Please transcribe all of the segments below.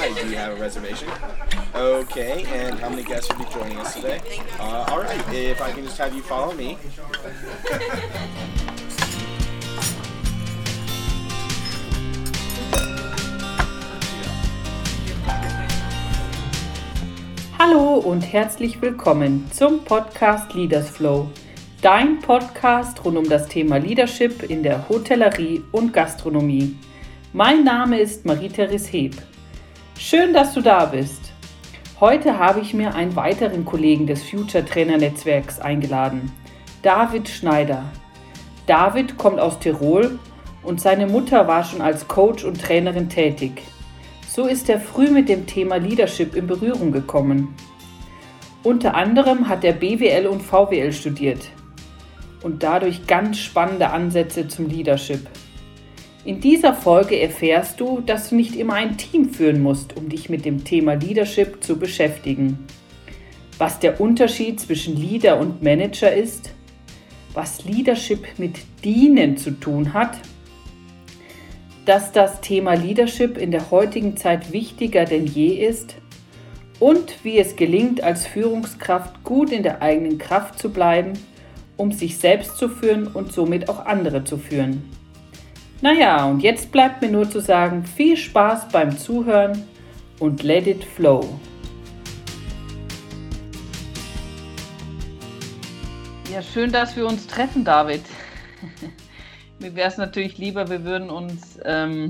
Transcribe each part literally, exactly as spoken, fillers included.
right, do you have a reservation? Okay, and how many guests will be joining us today? Uh, all right, if I can just have you follow me. Hallo und herzlich willkommen zum Podcast Leaders Flow, dein Podcast rund um das Thema Leadership in der Hotellerie und Gastronomie. Mein Name ist Marie-Therese Heb. Schön, dass du da bist. Heute habe ich mir einen weiteren Kollegen des Future Trainer Netzwerks eingeladen, David Schneider. David kommt aus Tirol und seine Mutter war schon als Coach und Trainerin tätig. So ist er früh mit dem Thema Leadership in Berührung gekommen. Unter anderem hat er B W L und V W L studiert und dadurch ganz spannende Ansätze zum Leadership. In dieser Folge erfährst du, dass du nicht immer ein Team führen musst, um dich mit dem Thema Leadership zu beschäftigen. Was der Unterschied zwischen Leader und Manager ist, was Leadership mit Dienen zu tun hat, dass das Thema Leadership in der heutigen Zeit wichtiger denn je ist und wie es gelingt, als Führungskraft gut in der eigenen Kraft zu bleiben, um sich selbst zu führen und somit auch andere zu führen. Naja, und jetzt bleibt mir nur zu sagen, viel Spaß beim Zuhören und let it flow. Ja, schön, dass wir uns treffen, David. Mir wäre es natürlich lieber, wir würden uns ähm,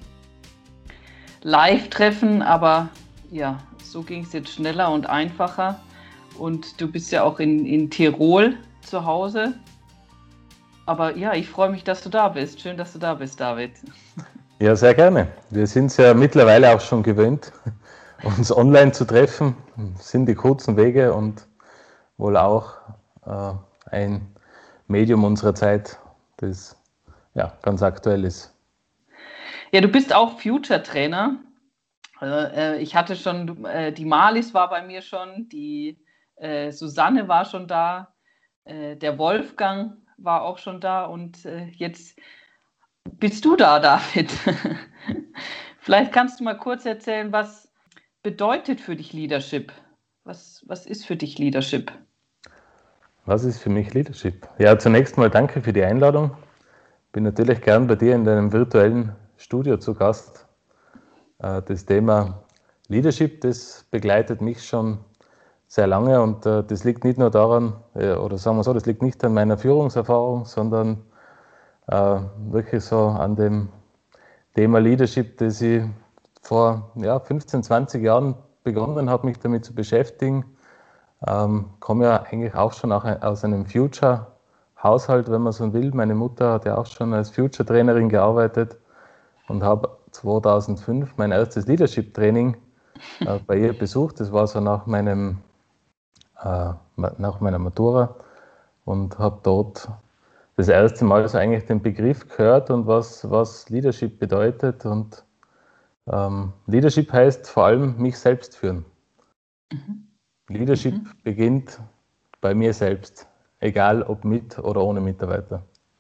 live treffen, aber ja, so ging es jetzt schneller und einfacher. Und du bist ja auch in, in Tirol zu Hause. Aber ja, ich freue mich, dass du da bist. Schön, dass du da bist, David. Ja, sehr gerne. Wir sind es ja mittlerweile auch schon gewöhnt, uns online zu treffen. Das sind die kurzen Wege und wohl auch äh, ein Medium unserer Zeit, das ja, ganz aktuell ist. Ja, du bist auch Future-Trainer. Äh, ich hatte schon, äh, die Marlies war bei mir schon, die äh, Susanne war schon da, äh, der Wolfgang war auch schon da und äh, jetzt bist du da, David. Vielleicht kannst du mal kurz erzählen, was bedeutet für dich Leadership? Was, was ist für dich Leadership? Was ist für mich Leadership? Ja, zunächst mal danke für die Einladung. Bin natürlich gern bei dir in deinem virtuellen Studio zu Gast. Das Thema Leadership, das begleitet mich schon sehr lange und das liegt nicht nur daran, oder sagen wir so, das liegt nicht an meiner Führungserfahrung, sondern wirklich so an dem Thema Leadership, das ich vor ja, fünfzehn, zwanzig Jahren begonnen habe, mich damit zu beschäftigen. Ähm, komme ja eigentlich auch schon auch aus einem Future Haushalt, wenn man so will. Meine Mutter hat ja auch schon als Future-Trainerin gearbeitet und habe zweitausendfünf mein erstes Leadership-Training äh, bei ihr besucht. Das war so nach, meinem, äh, nach meiner Matura und habe dort das erste Mal so eigentlich den Begriff gehört und was, was Leadership bedeutet. Und ähm, Leadership heißt vor allem mich selbst führen. Mhm. Leadership mhm. beginnt bei mir selbst. Egal ob mit oder ohne Mitarbeiter.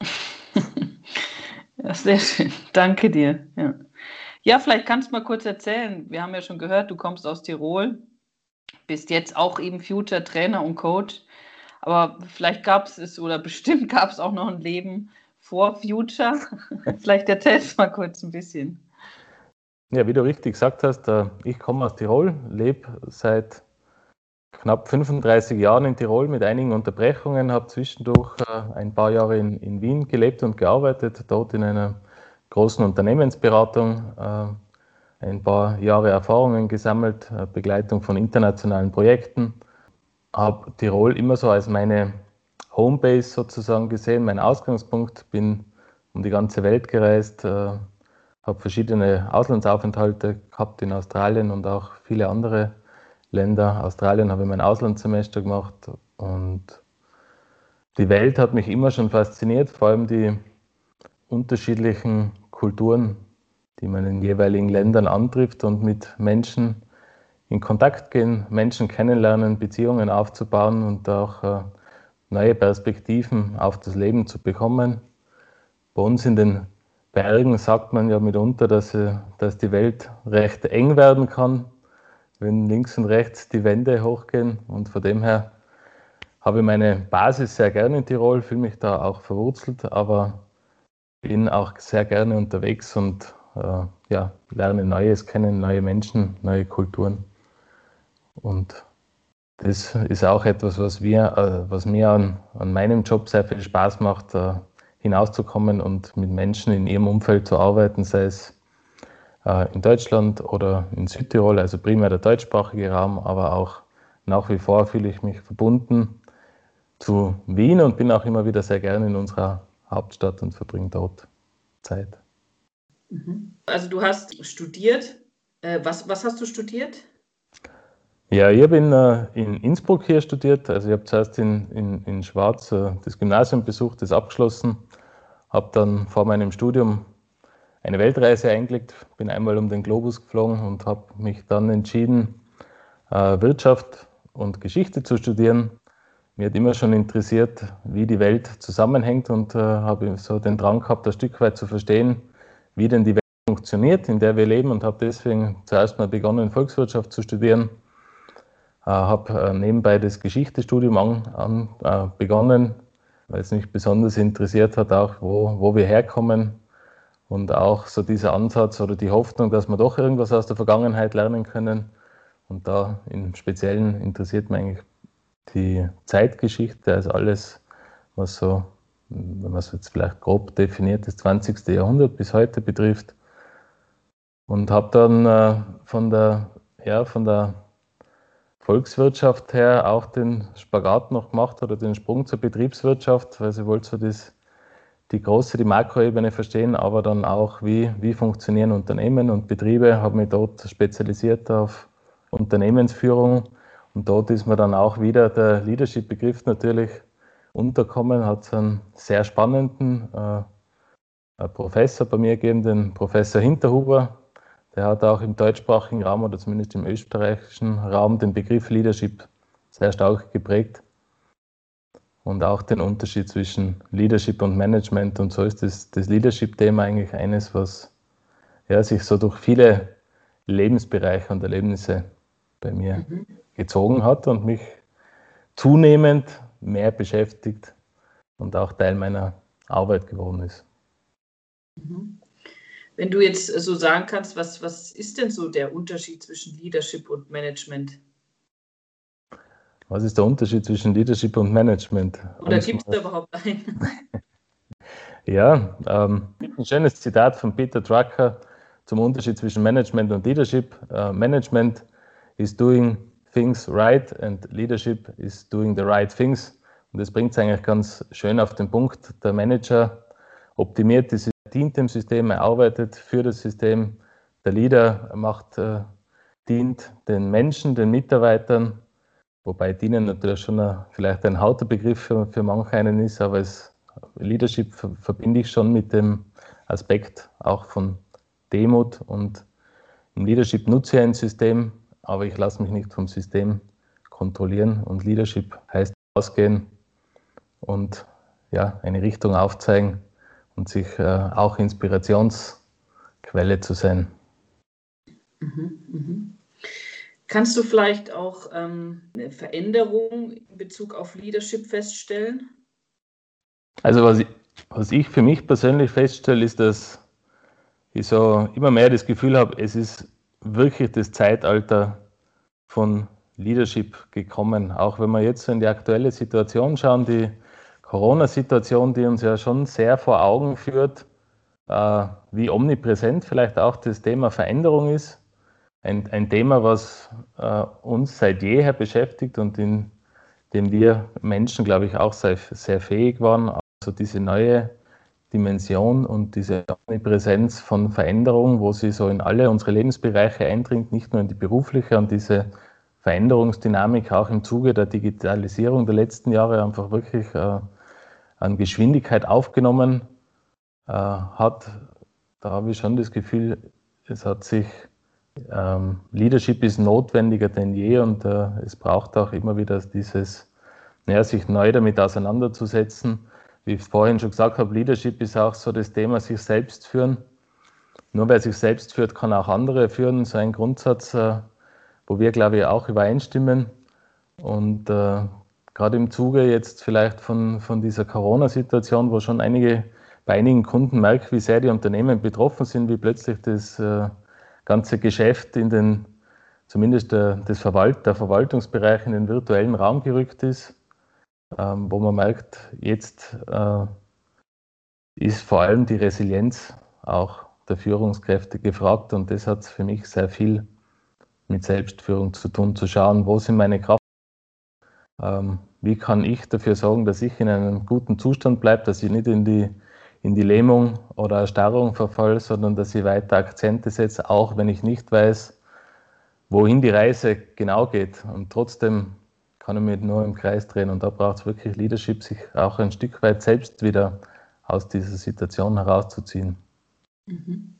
Ja, sehr schön. Danke dir. Ja. ja, vielleicht kannst du mal kurz erzählen. Wir haben ja schon gehört, du kommst aus Tirol, bist jetzt auch eben Future Trainer und Coach. Aber vielleicht gab es oder bestimmt gab es auch noch ein Leben vor Future. Vielleicht erzählst du mal kurz ein bisschen. Ja, wie du richtig gesagt hast, ich komme aus Tirol, lebe seit knapp fünfunddreißig Jahren in Tirol mit einigen Unterbrechungen, habe zwischendurch äh, ein paar Jahre in, in Wien gelebt und gearbeitet, dort in einer großen Unternehmensberatung, äh, ein paar Jahre Erfahrungen gesammelt, äh, Begleitung von internationalen Projekten, habe Tirol immer so als meine Homebase sozusagen gesehen, mein Ausgangspunkt, bin um die ganze Welt gereist, äh, habe verschiedene Auslandsaufenthalte gehabt in Australien und auch viele andere Länder. Australien habe ich mein Auslandssemester gemacht und die Welt hat mich immer schon fasziniert, vor allem die unterschiedlichen Kulturen, die man in jeweiligen Ländern antrifft und mit Menschen in Kontakt gehen, Menschen kennenlernen, Beziehungen aufzubauen und auch äh, neue Perspektiven auf das Leben zu bekommen. Bei uns in den Bergen sagt man ja mitunter, dass, dass die Welt recht eng werden kann, wenn links und rechts die Wände hochgehen. Und von dem her habe ich meine Basis sehr gerne in Tirol, fühle mich da auch verwurzelt, aber bin auch sehr gerne unterwegs und äh, ja, lerne Neues kennen, neue Menschen, neue Kulturen. Und das ist auch etwas, was, wir, äh, was mir an, an meinem Job sehr viel Spaß macht, äh, hinauszukommen und mit Menschen in ihrem Umfeld zu arbeiten, sei es äh, in Deutschland oder in Südtirol, also primär der deutschsprachige Raum, aber auch nach wie vor fühle ich mich verbunden zu Wien und bin auch immer wieder sehr gerne in unserer Hauptstadt und verbringe dort Zeit. Also du hast studiert. Äh, was, was hast du studiert? Ja, ich habe in, äh, in Innsbruck hier studiert. Also ich habe zuerst in, in, in Schwarz äh, das Gymnasium besucht, das abgeschlossen, habe dann vor meinem Studium eine Weltreise eingelegt, bin einmal um den Globus geflogen und habe mich dann entschieden, äh, Wirtschaft und Geschichte zu studieren. Mir hat immer schon interessiert, wie die Welt zusammenhängt und äh, habe so den Drang gehabt, ein Stück weit zu verstehen, wie denn die Welt funktioniert, in der wir leben, und habe deswegen zuerst mal begonnen, Volkswirtschaft zu studieren. Äh, habe äh, nebenbei das Geschichtestudium an, an, äh, begonnen, weil es mich besonders interessiert hat, auch wo, wo wir herkommen und auch so dieser Ansatz oder die Hoffnung, dass wir doch irgendwas aus der Vergangenheit lernen können. Und da im Speziellen interessiert mich eigentlich die Zeitgeschichte, also alles, was so, wenn man es jetzt vielleicht grob definiert, das zwanzigste Jahrhundert bis heute betrifft. Und habe dann äh, von der, ja, von der Volkswirtschaft her auch den Spagat noch gemacht oder den Sprung zur Betriebswirtschaft, weil sie wollte so das, die große, die Makroebene verstehen, aber dann auch, wie, wie funktionieren Unternehmen und Betriebe, habe mich dort spezialisiert auf Unternehmensführung. Und dort ist mir dann auch wieder der Leadership-Begriff natürlich unterkommen, hat es einen sehr spannenden äh, Professor bei mir gegeben, den Professor Hinterhuber. Der hat auch im deutschsprachigen Raum oder zumindest im österreichischen Raum den Begriff Leadership sehr stark geprägt. Und auch den Unterschied zwischen Leadership und Management. Und so ist das, das Leadership-Thema eigentlich eines, was ja, sich so durch viele Lebensbereiche und Erlebnisse bei mir mhm. gezogen hat und mich zunehmend mehr beschäftigt und auch Teil meiner Arbeit geworden ist. Wenn du jetzt so sagen kannst, was, was ist denn so der Unterschied zwischen Leadership und Management? Was ist der Unterschied zwischen Leadership und Management? Oder gibt es da überhaupt einen? Ja, ähm, ein schönes Zitat von Peter Drucker zum Unterschied zwischen Management und Leadership. Uh, Management is doing things right and Leadership is doing the right things. Und das bringt es eigentlich ganz schön auf den Punkt. Der Manager optimiert das System, dient dem System, er arbeitet für das System. Der Leader macht, äh, dient den Menschen, den Mitarbeitern, wobei dienen natürlich schon ein, vielleicht ein harter Begriff für, für manch einen ist, aber es, Leadership ver, verbinde ich schon mit dem Aspekt auch von Demut, und im Leadership nutze ich ein System, aber ich lasse mich nicht vom System kontrollieren, und Leadership heißt ausgehen und ja, eine Richtung aufzeigen und sich äh, auch Inspirationsquelle zu sein. Mhm, mhm. Kannst du vielleicht auch ähm, eine Veränderung in Bezug auf Leadership feststellen? Also was ich, was ich für mich persönlich feststelle, ist, dass ich so immer mehr das Gefühl habe, es ist wirklich das Zeitalter von Leadership gekommen. Auch wenn wir jetzt so in die aktuelle Situation schauen, die Corona-Situation, die uns ja schon sehr vor Augen führt, äh, wie omnipräsent vielleicht auch das Thema Veränderung ist. Ein, ein Thema, was äh, uns seit jeher beschäftigt und in dem wir Menschen, glaube ich, auch sehr, sehr fähig waren. Also diese neue Dimension und diese Omnipräsenz von Veränderung, wo sie so in alle unsere Lebensbereiche eindringt, nicht nur in die berufliche, und diese Veränderungsdynamik auch im Zuge der Digitalisierung der letzten Jahre einfach wirklich äh, an Geschwindigkeit aufgenommen äh, hat. Da habe ich schon das Gefühl, es hat sich ähm, Leadership ist notwendiger denn je, und äh, es braucht auch immer wieder dieses, ja, sich neu damit auseinanderzusetzen, wie ich vorhin schon gesagt habe, Leadership ist auch so das Thema, sich selbst führen. Nur wer sich selbst führt, kann auch andere führen. So ein Grundsatz, wo wir, glaube ich, auch übereinstimmen. Und äh, gerade im Zuge jetzt vielleicht von, von dieser Corona-Situation, wo schon einige, bei einigen Kunden merken, wie sehr die Unternehmen betroffen sind, wie plötzlich das äh, ganze Geschäft in den, zumindest der, das Verwalt, der Verwaltungsbereich in den virtuellen Raum gerückt ist, ähm, wo man merkt, jetzt äh, ist vor allem die Resilienz auch der Führungskräfte gefragt, und das hat für mich sehr viel mit Selbstführung zu tun, zu schauen, wo sind meine Kraft, ähm, wie kann ich dafür sorgen, dass ich in einem guten Zustand bleibe, dass ich nicht in die, in die Lähmung oder Erstarrung verfalle, sondern dass ich weiter Akzente setze, auch wenn ich nicht weiß, wohin die Reise genau geht. Und trotzdem kann ich mich nur im Kreis drehen, und da braucht es wirklich Leadership, sich auch ein Stück weit selbst wieder aus dieser Situation herauszuziehen. Mhm.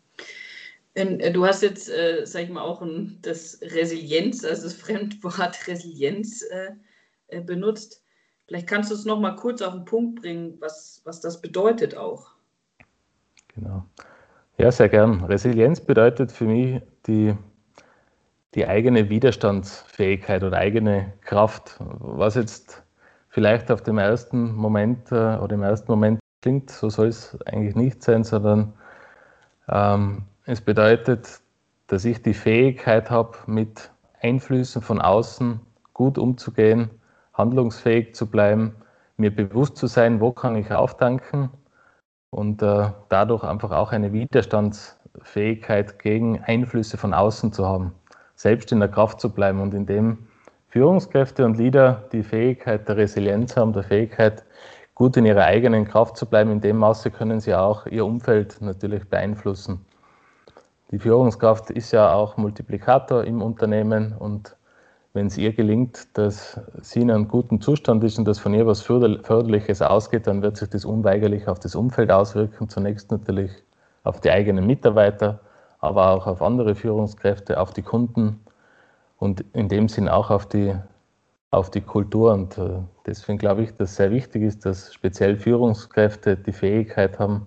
Du hast jetzt, äh, sag ich mal, auch ein, das Resilienz, also das Fremdwort Resilienz äh, benutzt. Vielleicht kannst du es noch mal kurz auf den Punkt bringen, was, was das bedeutet auch. Genau. Ja, sehr gern. Resilienz bedeutet für mich die, die eigene Widerstandsfähigkeit oder eigene Kraft, was jetzt vielleicht auf dem ersten Moment äh, oder im ersten Moment klingt, so soll es eigentlich nicht sein, sondern ähm, es bedeutet, dass ich die Fähigkeit habe, mit Einflüssen von außen gut umzugehen, handlungsfähig zu bleiben, mir bewusst zu sein, wo kann ich auftanken, und äh, dadurch einfach auch eine Widerstandsfähigkeit gegen Einflüsse von außen zu haben, selbst in der Kraft zu bleiben, und indem Führungskräfte und Leader die Fähigkeit der Resilienz haben, der Fähigkeit, gut in ihrer eigenen Kraft zu bleiben, in dem Maße können sie auch ihr Umfeld natürlich beeinflussen. Die Führungskraft ist ja auch Multiplikator im Unternehmen, und wenn es ihr gelingt, dass sie in einem guten Zustand ist und dass von ihr was Förderliches ausgeht, dann wird sich das unweigerlich auf das Umfeld auswirken. Zunächst natürlich auf die eigenen Mitarbeiter, aber auch auf andere Führungskräfte, auf die Kunden und in dem Sinn auch auf die, auf die Kultur. Und deswegen glaube ich, dass es sehr wichtig ist, dass speziell Führungskräfte die Fähigkeit haben,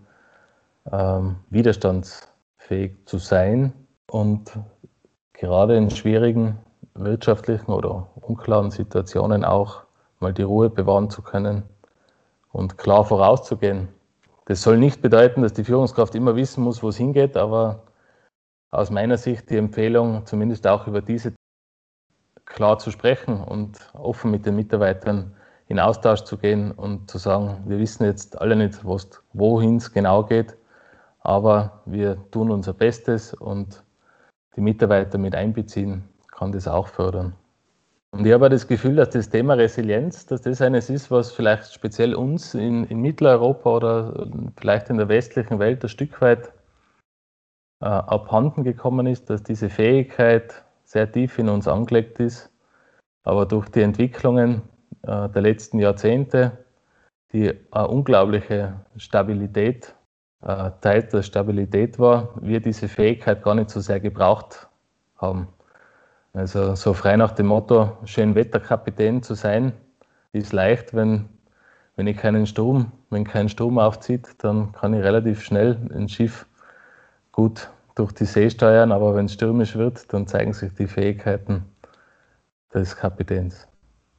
widerstandsfähig zu sein und gerade in schwierigen wirtschaftlichen oder unklaren Situationen auch mal die Ruhe bewahren zu können und klar vorauszugehen. Das soll nicht bedeuten, dass die Führungskraft immer wissen muss, wo es hingeht, aber aus meiner Sicht die Empfehlung, zumindest auch über diese klar zu sprechen und offen mit den Mitarbeitern in Austausch zu gehen und zu sagen, wir wissen jetzt alle nicht, wohin es genau geht, aber wir tun unser Bestes, und die Mitarbeiter mit einbeziehen, kann das auch fördern. Und ich habe das Gefühl, dass das Thema Resilienz, dass das eines ist, was vielleicht speziell uns in, in Mitteleuropa oder vielleicht in der westlichen Welt ein Stück weit äh, abhanden gekommen ist, dass diese Fähigkeit sehr tief in uns angelegt ist, aber durch die Entwicklungen äh, der letzten Jahrzehnte, die eine unglaubliche Stabilität äh, Zeit der Stabilität war, wir diese Fähigkeit gar nicht so sehr gebraucht haben. Also so frei nach dem Motto, Schönwetterkapitän zu sein, ist leicht, wenn, wenn ich keinen Strom, wenn kein Strom aufzieht, dann kann ich relativ schnell ein Schiff gut durch die See steuern, aber wenn es stürmisch wird, dann zeigen sich die Fähigkeiten des Kapitäns.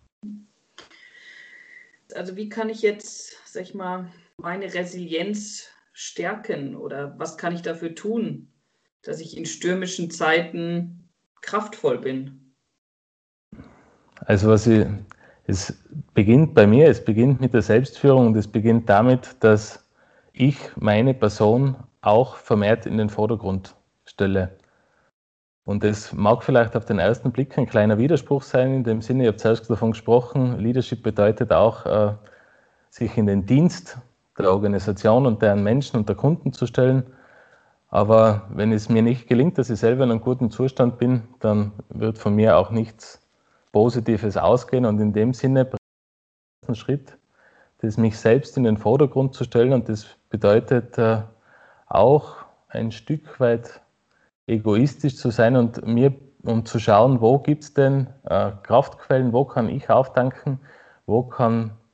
Also wie kann ich jetzt, sag ich mal, meine Resilienz stärken, oder was kann ich dafür tun, dass ich in stürmischen Zeiten kraftvoll bin? Also was ich, es beginnt bei mir, es beginnt mit der Selbstführung, und es beginnt damit, dass ich meine Person auch vermehrt in den Vordergrund stelle. Und das mag vielleicht auf den ersten Blick ein kleiner Widerspruch sein, in dem Sinne, ich habe zuerst davon gesprochen, Leadership bedeutet auch, äh, sich in den Dienst der Organisation und deren Menschen und der Kunden zu stellen. Aber wenn es mir nicht gelingt, dass ich selber in einem guten Zustand bin, dann wird von mir auch nichts Positives ausgehen. Und in dem Sinne braucht es einen Schritt, das mich selbst in den Vordergrund zu stellen. Und das bedeutet äh, auch ein Stück weit egoistisch zu sein und mir um zu schauen, wo gibt es denn äh, Kraftquellen, wo kann ich auftanken, wo kann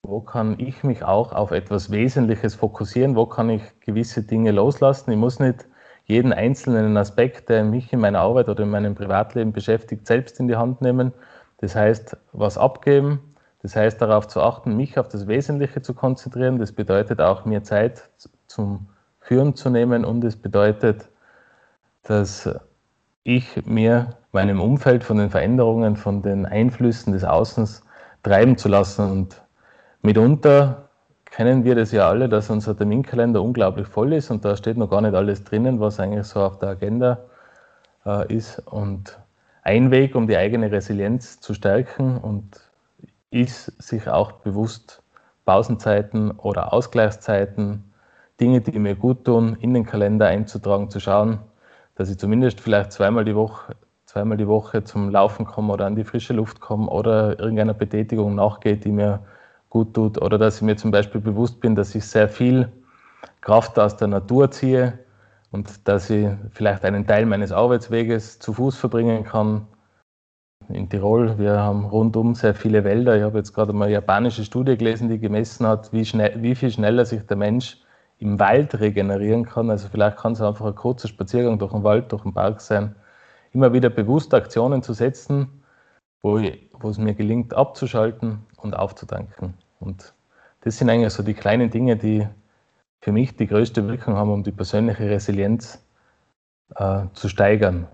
wo kann ich mich auch auf etwas Wesentliches fokussieren, wo kann ich gewisse Dinge loslassen. Ich muss nicht jeden einzelnen Aspekt, der mich in meiner Arbeit oder in meinem Privatleben beschäftigt, selbst in die Hand nehmen. Das heißt, was abgeben, das heißt darauf zu achten, mich auf das Wesentliche zu konzentrieren. Das bedeutet auch, mir Zeit zum Führen zu nehmen, und es bedeutet, dass ich mir meinem Umfeld von den Veränderungen, von den Einflüssen des Außens treiben zu lassen. Und mitunter kennen wir das ja alle, dass unser Terminkalender unglaublich voll ist und da steht noch gar nicht alles drinnen, was eigentlich so auf der Agenda äh, ist. Und ein Weg, um die eigene Resilienz zu stärken, und ist, sich auch bewusst Pausenzeiten oder Ausgleichszeiten, Dinge, die mir gut tun, in den Kalender einzutragen, zu schauen, dass ich zumindest vielleicht zweimal die Woche, zweimal die Woche zum Laufen komme oder an die frische Luft komme oder irgendeiner Betätigung nachgeht, die mir gut tut, oder dass ich mir zum Beispiel bewusst bin, dass ich sehr viel Kraft aus der Natur ziehe und dass ich vielleicht einen Teil meines Arbeitsweges zu Fuß verbringen kann. In Tirol, wir haben rundum sehr viele Wälder. Ich habe jetzt gerade mal eine japanische Studie gelesen, die gemessen hat, wie, schnell, wie viel schneller sich der Mensch im Wald regenerieren kann. Also vielleicht kann es einfach ein kurzer Spaziergang durch den Wald, durch den Park sein. Immer wieder bewusst Aktionen zu setzen, wo, ich, wo es mir gelingt, abzuschalten und aufzutanken. Und das sind eigentlich so die kleinen Dinge, die für mich die größte Wirkung haben, um die persönliche Resilienz äh, zu steigern.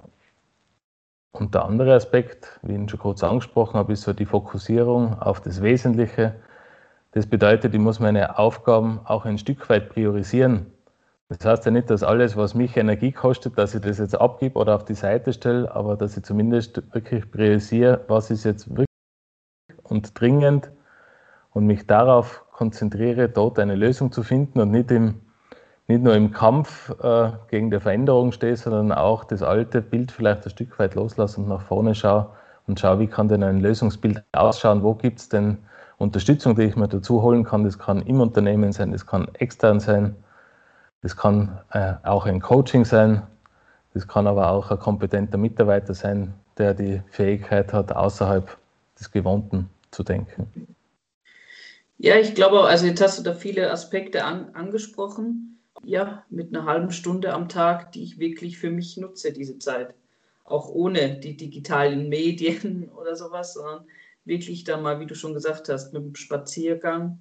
Und der andere Aspekt, wie ich ihn schon kurz angesprochen habe, ist so die Fokussierung auf das Wesentliche. Das bedeutet, ich muss meine Aufgaben auch ein Stück weit priorisieren. Das heißt ja nicht, dass alles, was mich Energie kostet, dass ich das jetzt abgebe oder auf die Seite stelle, aber dass ich zumindest wirklich priorisiere, was ist jetzt wirklich und dringend, und mich darauf konzentriere, dort eine Lösung zu finden und nicht, im, nicht nur im Kampf äh, gegen die Veränderung stehe, sondern auch das alte Bild vielleicht ein Stück weit loslasse und nach vorne schaue und schaue, wie kann denn ein Lösungsbild ausschauen, wo gibt es denn Unterstützung, die ich mir dazu holen kann. Das kann im Unternehmen sein, das kann extern sein, das kann äh, auch ein Coaching sein, das kann aber auch ein kompetenter Mitarbeiter sein, der die Fähigkeit hat, außerhalb des Gewohnten zu denken. Ja, ich glaube, also jetzt hast du da viele Aspekte an, angesprochen. Ja, mit einer halben Stunde am Tag, die ich wirklich für mich nutze, diese Zeit. Auch ohne die digitalen Medien oder sowas, sondern wirklich dann mal, wie du schon gesagt hast, mit dem Spaziergang,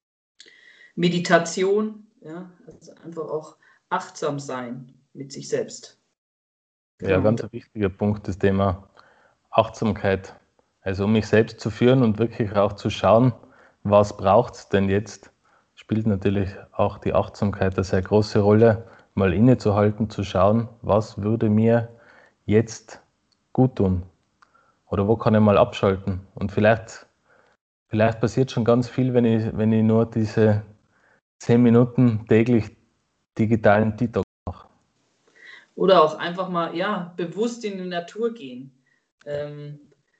Meditation, ja, also einfach auch achtsam sein mit sich selbst. Ja, ganz ein wichtiger Punkt, das Thema Achtsamkeit. Also um mich selbst zu führen und wirklich auch zu schauen, was braucht es denn jetzt, spielt natürlich auch die Achtsamkeit eine sehr große Rolle, mal innezuhalten, zu schauen, was würde mir jetzt gut tun oder wo kann ich mal abschalten. Und vielleicht, vielleicht passiert schon ganz viel, wenn ich, wenn ich nur diese zehn Minuten täglich digitalen Detox mache. Oder auch einfach mal, ja, bewusst in die Natur gehen. Ähm,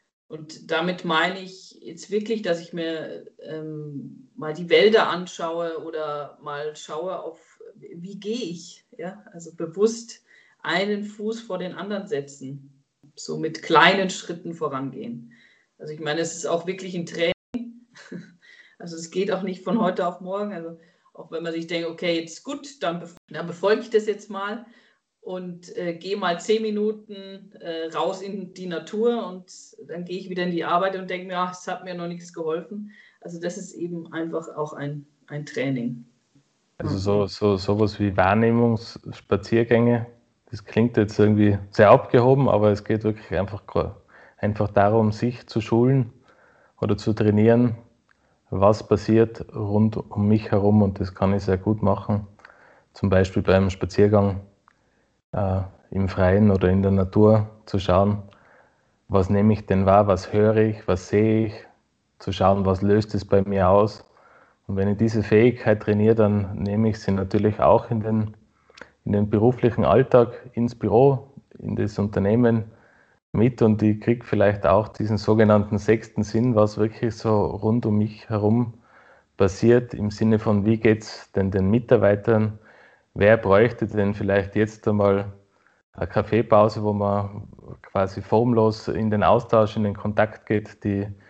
Und damit meine ich jetzt wirklich, dass ich mir ähm, mal die Wälder anschaue oder mal schaue auf, wie gehe ich, ja, also bewusst einen Fuß vor den anderen setzen, so mit kleinen Schritten vorangehen. Also ich meine, es ist auch wirklich ein Training, also es geht auch nicht von heute auf morgen, also auch wenn man sich denkt, okay, jetzt gut, dann, bef- dann befolge ich das jetzt mal. Und äh, gehe mal zehn Minuten äh, raus in die Natur und dann gehe ich wieder in die Arbeit und denke mir, ach, es hat mir noch nichts geholfen. Also das ist eben einfach auch ein, ein Training. Also so, so sowas wie Wahrnehmungsspaziergänge, das klingt jetzt irgendwie sehr abgehoben, aber es geht wirklich einfach, einfach darum, sich zu schulen oder zu trainieren, was passiert rund um mich herum, und das kann ich sehr gut machen. Zum Beispiel beim Spaziergang äh, im Freien oder in der Natur zu schauen, was nehme ich denn wahr, was höre ich, was sehe ich, zu schauen, was löst es bei mir aus. Und wenn ich diese Fähigkeit trainiere, dann nehme ich sie natürlich auch in den, in den beruflichen Alltag, ins Büro, in das Unternehmen mit, und ich kriege vielleicht auch diesen sogenannten sechsten Sinn, was wirklich so rund um mich herum passiert, im Sinne von, wie geht es denn den Mitarbeitern, wer bräuchte denn vielleicht jetzt einmal eine Kaffeepause, wo man quasi formlos in den Austausch, in den Kontakt geht, die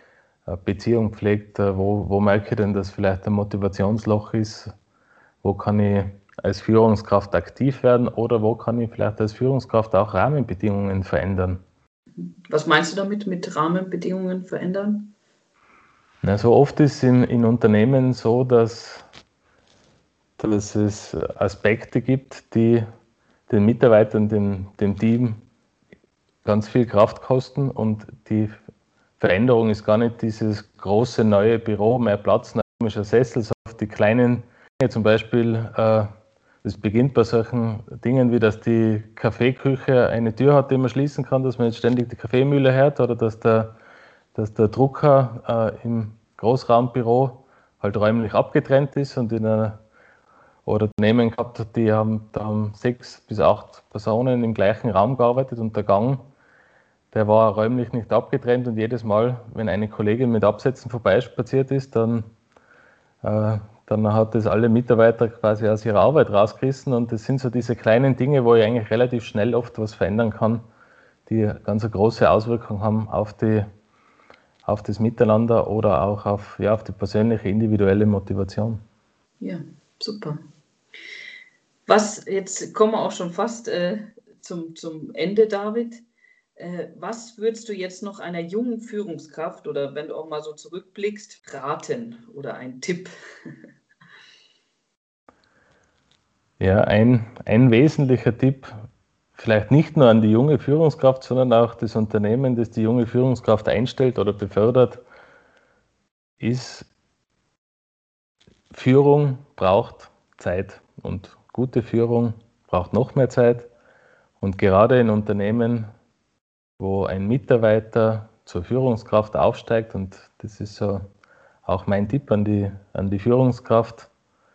eine Beziehung pflegt, wo, wo merke ich denn, dass vielleicht ein Motivationsloch ist, wo kann ich als Führungskraft aktiv werden oder wo kann ich vielleicht als Führungskraft auch Rahmenbedingungen verändern. Was meinst du damit, mit Rahmenbedingungen verändern? Na, so oft ist in, in Unternehmen so, dass, dass es Aspekte gibt, die den Mitarbeitern, dem, dem Team ganz viel Kraft kosten und die Veränderung ist gar nicht dieses große neue Büro, mehr Platz, ein komischer Sessel, sondern die kleinen Dinge, zum Beispiel, äh, es beginnt bei solchen Dingen wie, dass die Kaffeeküche eine Tür hat, die man schließen kann, dass man nicht ständig die Kaffeemühle hört oder dass der, dass der Drucker äh, im Großraumbüro halt räumlich abgetrennt ist und in einer oder Unternehmen gehabt, die haben, da haben sechs bis acht Personen im gleichen Raum gearbeitet und der Gang, der war räumlich nicht abgetrennt und jedes Mal, wenn eine Kollegin mit Absätzen vorbeispaziert ist, dann, äh, dann hat das alle Mitarbeiter quasi aus ihrer Arbeit rausgerissen und das sind so diese kleinen Dinge, wo ich eigentlich relativ schnell oft was verändern kann, die ganz eine große Auswirkung haben auf, die, auf das Miteinander oder auch auf, ja, auf die persönliche, individuelle Motivation. Ja, super. Was, jetzt kommen wir auch schon fast äh, zum, zum Ende, David. Äh, was würdest du jetzt noch einer jungen Führungskraft oder wenn du auch mal so zurückblickst, raten oder ein Tipp? Ja, ein, ein wesentlicher Tipp, vielleicht nicht nur an die junge Führungskraft, sondern auch das Unternehmen, das die junge Führungskraft einstellt oder befördert, ist, Führung braucht Zeit und gute Führung braucht noch mehr Zeit. Und gerade in Unternehmen, wo ein Mitarbeiter zur Führungskraft aufsteigt, und das ist so auch mein Tipp an die, an die Führungskraft,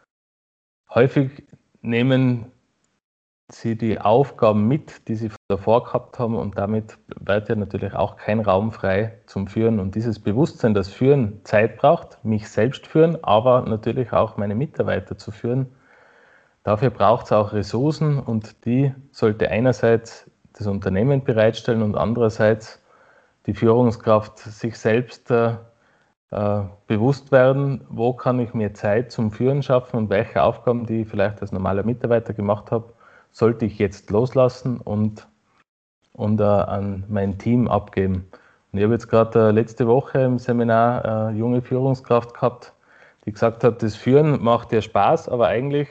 häufig nehmen sie die Aufgaben mit, die sie davor gehabt haben und damit wird ja natürlich auch kein Raum frei zum Führen. Und dieses Bewusstsein, dass Führen Zeit braucht, mich selbst führen, aber natürlich auch meine Mitarbeiter zu führen, dafür braucht es auch Ressourcen und die sollte einerseits das Unternehmen bereitstellen und andererseits die Führungskraft sich selbst äh, äh, bewusst werden, wo kann ich mir Zeit zum Führen schaffen und welche Aufgaben, die ich vielleicht als normaler Mitarbeiter gemacht habe, sollte ich jetzt loslassen und, und äh, an mein Team abgeben. Und ich habe jetzt gerade äh, letzte Woche im Seminar eine äh, junge Führungskraft gehabt, die gesagt hat, das Führen macht dir Spaß, aber eigentlich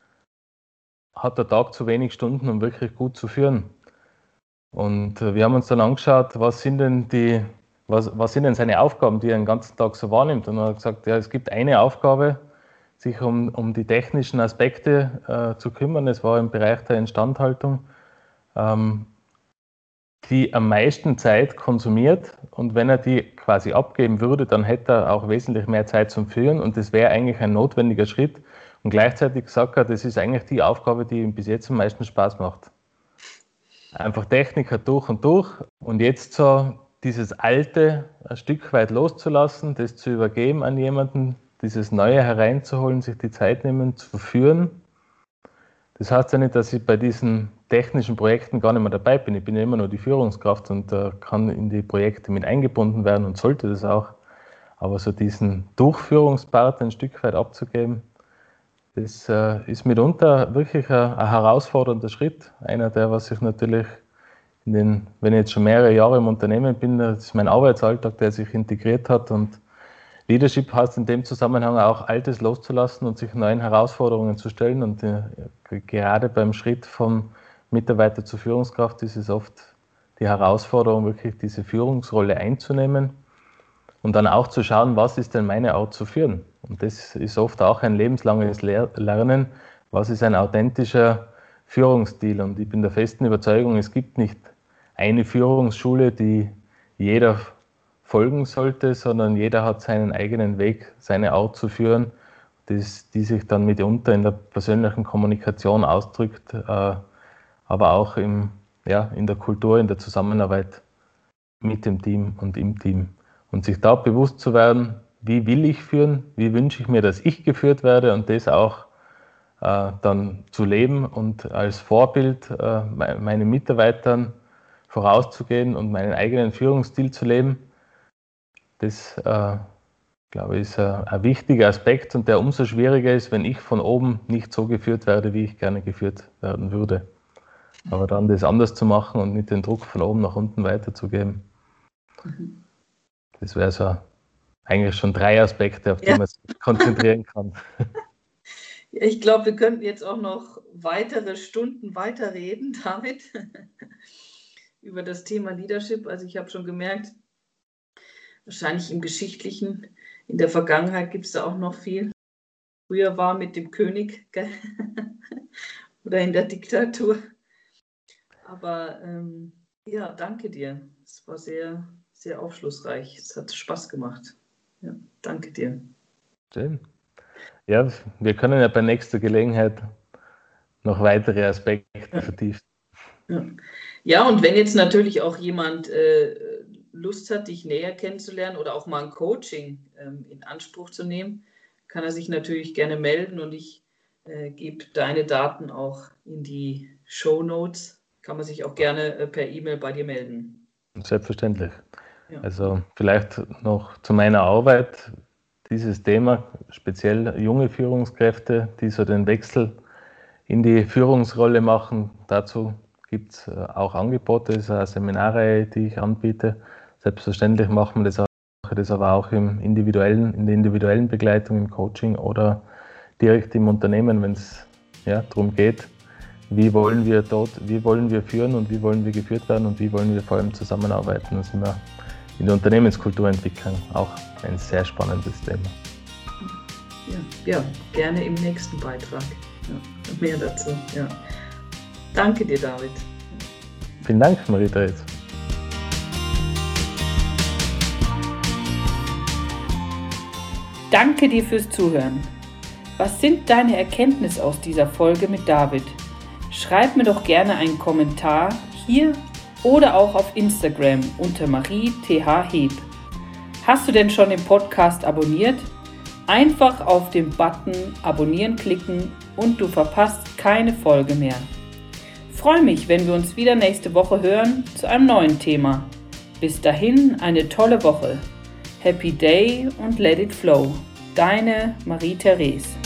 hat der Tag zu wenig Stunden, um wirklich gut zu führen. Und äh, wir haben uns dann angeschaut, was sind denn die, was, was sind denn seine Aufgaben, die er den ganzen Tag so wahrnimmt. Und er hat gesagt, ja, es gibt eine Aufgabe, sich um, um die technischen Aspekte äh, zu kümmern. Es war im Bereich der Instandhaltung, ähm, die am meisten Zeit konsumiert. Und wenn er die quasi abgeben würde, dann hätte er auch wesentlich mehr Zeit zum Führen. Und das wäre eigentlich ein notwendiger Schritt. Und gleichzeitig gesagt er, das ist eigentlich die Aufgabe, die ihm bis jetzt am meisten Spaß macht. Einfach Techniker durch und durch. Und jetzt so dieses Alte ein Stück weit loszulassen, das zu übergeben an jemanden, dieses Neue hereinzuholen, sich die Zeit nehmen, zu führen. Das heißt ja nicht, dass ich bei diesen technischen Projekten gar nicht mehr dabei bin. Ich bin ja immer nur die Führungskraft und äh, kann in die Projekte mit eingebunden werden und sollte das auch. Aber so diesen Durchführungspart ein Stück weit abzugeben, das äh, ist mitunter wirklich ein, ein herausfordernder Schritt. Einer, der was ich natürlich, in den, wenn ich jetzt schon mehrere Jahre im Unternehmen bin, das ist mein Arbeitsalltag, der sich integriert hat. Und Leadership heißt in dem Zusammenhang auch, Altes loszulassen und sich neuen Herausforderungen zu stellen. Und äh, gerade beim Schritt vom Mitarbeiter zur Führungskraft ist es oft die Herausforderung, wirklich diese Führungsrolle einzunehmen und dann auch zu schauen, was ist denn meine Art zu führen. Und das ist oft auch ein lebenslanges Lernen, was ist ein authentischer Führungsstil. Und ich bin der festen Überzeugung, es gibt nicht eine Führungsschule, die jeder folgen sollte, sondern jeder hat seinen eigenen Weg, seine Art zu führen, das, die sich dann mitunter in der persönlichen Kommunikation ausdrückt, äh, aber auch im, ja, in der Kultur, in der Zusammenarbeit mit dem Team und im Team. Und sich da bewusst zu werden, wie will ich führen, wie wünsche ich mir, dass ich geführt werde und das auch äh, dann zu leben und als Vorbild äh, meinen Mitarbeitern vorauszugehen und meinen eigenen Führungsstil zu leben. Das, äh, glaube ich, ist ein, ein wichtiger Aspekt und der umso schwieriger ist, wenn ich von oben nicht so geführt werde, wie ich gerne geführt werden würde. Aber dann das anders zu machen und nicht den Druck von oben nach unten weiterzugeben. Mhm. Das wäre so eigentlich schon drei Aspekte, auf die ja. man sich konzentrieren kann. Ich glaube, wir könnten jetzt auch noch weitere Stunden weiterreden damit über das Thema Leadership. Also ich habe schon gemerkt, wahrscheinlich im Geschichtlichen, in der Vergangenheit gibt es da auch noch viel. Früher war mit dem König oder in der Diktatur. Aber ähm, ja, danke dir. Es war sehr, sehr aufschlussreich. Es hat Spaß gemacht. Ja, danke dir. Schön. Ja, wir können ja bei nächster Gelegenheit noch weitere Aspekte ja. vertiefen. Ja. ja, und wenn jetzt natürlich auch jemand äh, Lust hat, dich näher kennenzulernen oder auch mal ein Coaching ähm, in Anspruch zu nehmen, kann er sich natürlich gerne melden und ich äh, gebe deine Daten auch in die Shownotes. Kann man sich auch gerne äh, per E-Mail bei dir melden. Selbstverständlich. Ja. Also vielleicht noch zu meiner Arbeit. Dieses Thema, speziell junge Führungskräfte, die so den Wechsel in die Führungsrolle machen, dazu gibt es auch Angebote, das ist eine Seminarreihe, die ich anbiete. Selbstverständlich machen wir das, auch, das aber auch im individuellen, in der individuellen Begleitung, im Coaching oder direkt im Unternehmen, wenn es ja, darum geht, wie wollen wir dort, wie wollen wir führen und wie wollen wir geführt werden und wie wollen wir vor allem zusammenarbeiten. Das sind wir in der Unternehmenskultur entwickeln, auch ein sehr spannendes Thema. Ja, ja gerne im nächsten Beitrag. Ja, mehr dazu. Ja. Danke dir, David. Vielen Dank, Marie-Therese. Danke dir fürs Zuhören. Was sind deine Erkenntnisse aus dieser Folge mit David? Schreib mir doch gerne einen Kommentar hier oder auch auf Instagram unter Marie T H Heb. Hast du denn schon den Podcast abonniert? Einfach auf den Button Abonnieren klicken und du verpasst keine Folge mehr. Freue mich, wenn wir uns wieder nächste Woche hören zu einem neuen Thema. Bis dahin eine tolle Woche. Happy Day und let it flow. Deine Marie-Therese.